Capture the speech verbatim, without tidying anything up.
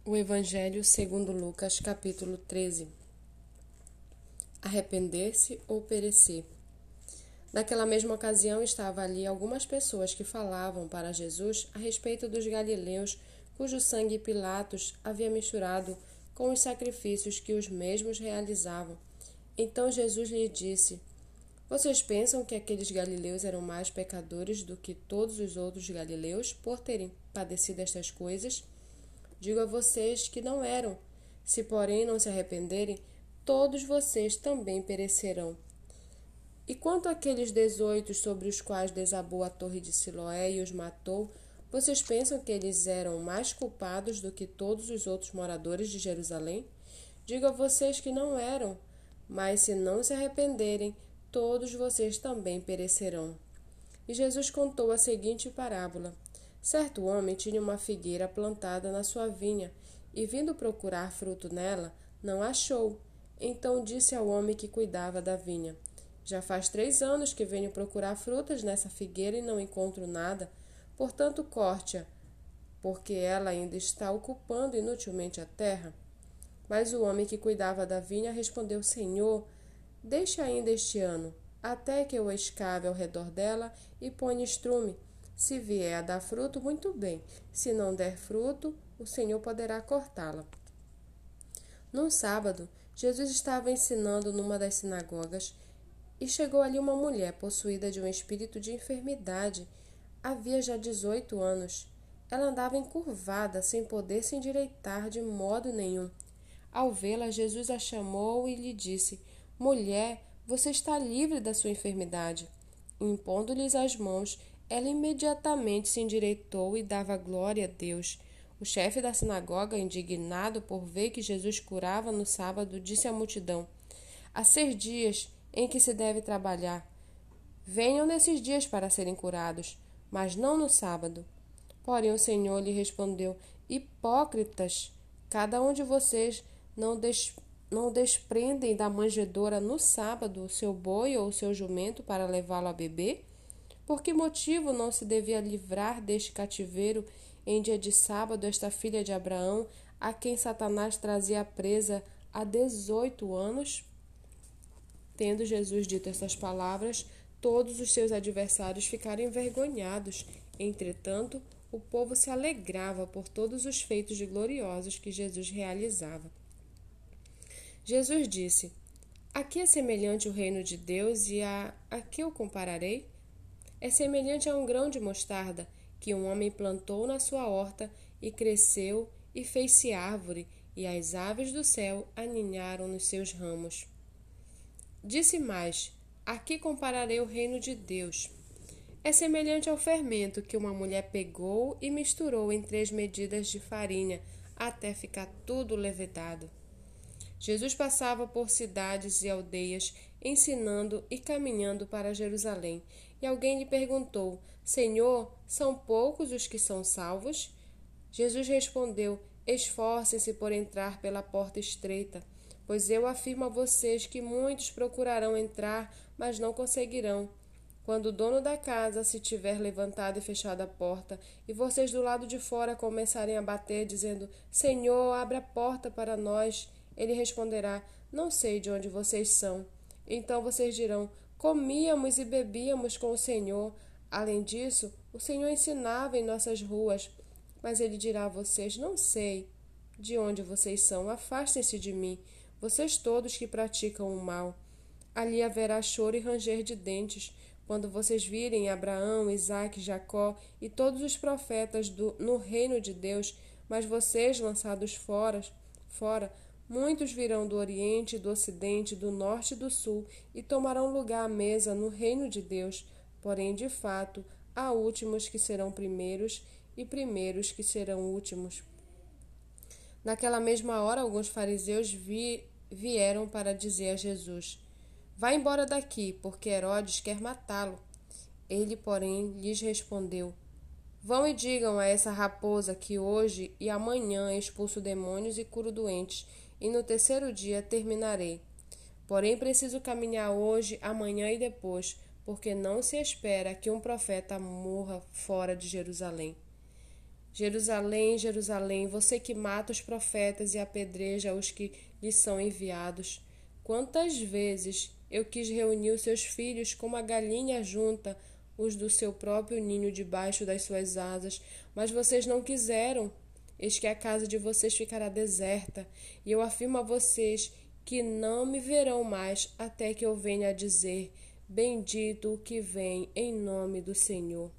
O Evangelho segundo Lucas, capítulo treze. Arrepender-se ou perecer. Naquela mesma ocasião estavam ali algumas pessoas que falavam para Jesus a respeito dos galileus cujo sangue Pilatos havia misturado com os sacrifícios que os mesmos realizavam. Então Jesus lhe disse: Vocês pensam que aqueles galileus eram mais pecadores do que todos os outros galileus por terem padecido estas coisas? Digo a vocês que não eram. Se, porém, não se arrependerem, todos vocês também perecerão. E quanto àqueles dezoito sobre os quais desabou a torre de Siloé e os matou, vocês pensam que eles eram mais culpados do que todos os outros moradores de Jerusalém? Digo a vocês que não eram. Mas se não se arrependerem, todos vocês também perecerão. E Jesus contou a seguinte parábola. Certo homem tinha uma figueira plantada na sua vinha, e vindo procurar fruto nela, não achou. Então disse ao homem que cuidava da vinha: Já faz três anos que venho procurar frutas nessa figueira e não encontro nada. Portanto, corte-a, porque ela ainda está ocupando inutilmente a terra. Mas o homem que cuidava da vinha respondeu: Senhor, deixe ainda este ano, até que eu escave ao redor dela e ponha estrume. Se vier a dar fruto, muito bem. Se não der fruto, o Senhor poderá cortá-la. Num sábado, Jesus estava ensinando numa das sinagogas e chegou ali uma mulher possuída de um espírito de enfermidade. Havia já dezoito anos. Ela andava encurvada, sem poder se endireitar de modo nenhum. Ao vê-la, Jesus a chamou e lhe disse: Mulher, você está livre da sua enfermidade. Impondo-lhes as mãos, ela imediatamente se endireitou e dava glória a Deus. O chefe da sinagoga, indignado por ver que Jesus curava no sábado, disse à multidão: Há seis dias em que se deve trabalhar. Venham nesses dias para serem curados, mas não no sábado. Porém o Senhor lhe respondeu: Hipócritas, cada um de vocês não, des... não desprendem da manjedoura no sábado o seu boi ou o seu jumento para levá-lo a beber? Por que motivo não se devia livrar deste cativeiro em dia de sábado esta filha de Abraão, a quem Satanás trazia presa há dezoito anos? Tendo Jesus dito estas palavras, todos os seus adversários ficaram envergonhados. Entretanto, o povo se alegrava por todos os feitos gloriosos que Jesus realizava. Jesus disse: A que é semelhante o reino de Deus e a, a que eu compararei? É semelhante a um grão de mostarda que um homem plantou na sua horta e cresceu e fez-se árvore, e as aves do céu aninharam nos seus ramos. Disse mais: A que compararei o reino de Deus? É semelhante ao fermento que uma mulher pegou e misturou em três medidas de farinha, até ficar tudo levedado. Jesus passava por cidades e aldeias, ensinando e caminhando para Jerusalém. E alguém lhe perguntou: Senhor, são poucos os que são salvos? Jesus respondeu: Esforcem-se por entrar pela porta estreita, pois eu afirmo a vocês que muitos procurarão entrar, mas não conseguirão. Quando o dono da casa se tiver levantado e fechado a porta, e vocês do lado de fora começarem a bater, dizendo: Senhor, abra a porta para nós, ele responderá: Não sei de onde vocês são. Então vocês dirão: Comíamos e bebíamos com o Senhor. Além disso, o Senhor ensinava em nossas ruas. Mas ele dirá a vocês: Não sei de onde vocês são. Afastem-se de mim, vocês todos que praticam o mal. Ali haverá choro e ranger de dentes, quando vocês virem Abraão, Isaque, Jacó e todos os profetas do, no reino de Deus, mas vocês lançados fora, fora, muitos virão do Oriente, do Ocidente, do Norte e do Sul e tomarão lugar à mesa no reino de Deus. Porém, de fato, há últimos que serão primeiros e primeiros que serão últimos. Naquela mesma hora, alguns fariseus vi, vieram para dizer a Jesus: Vá embora daqui, porque Herodes quer matá-lo. Ele, porém, lhes respondeu: Vão e digam a essa raposa que hoje e amanhã expulso demônios e curo doentes, e no terceiro dia terminarei. Porém, preciso caminhar hoje, amanhã e depois, porque não se espera que um profeta morra fora de Jerusalém. Jerusalém, Jerusalém, você que mata os profetas e apedreja os que lhe são enviados. Quantas vezes eu quis reunir os seus filhos como a galinha junta os do seu próprio ninho debaixo das suas asas, mas vocês não quiseram. Eis que a casa de vocês ficará deserta, e eu afirmo a vocês que não me verão mais até que eu venha a dizer: bendito o que vem em nome do Senhor.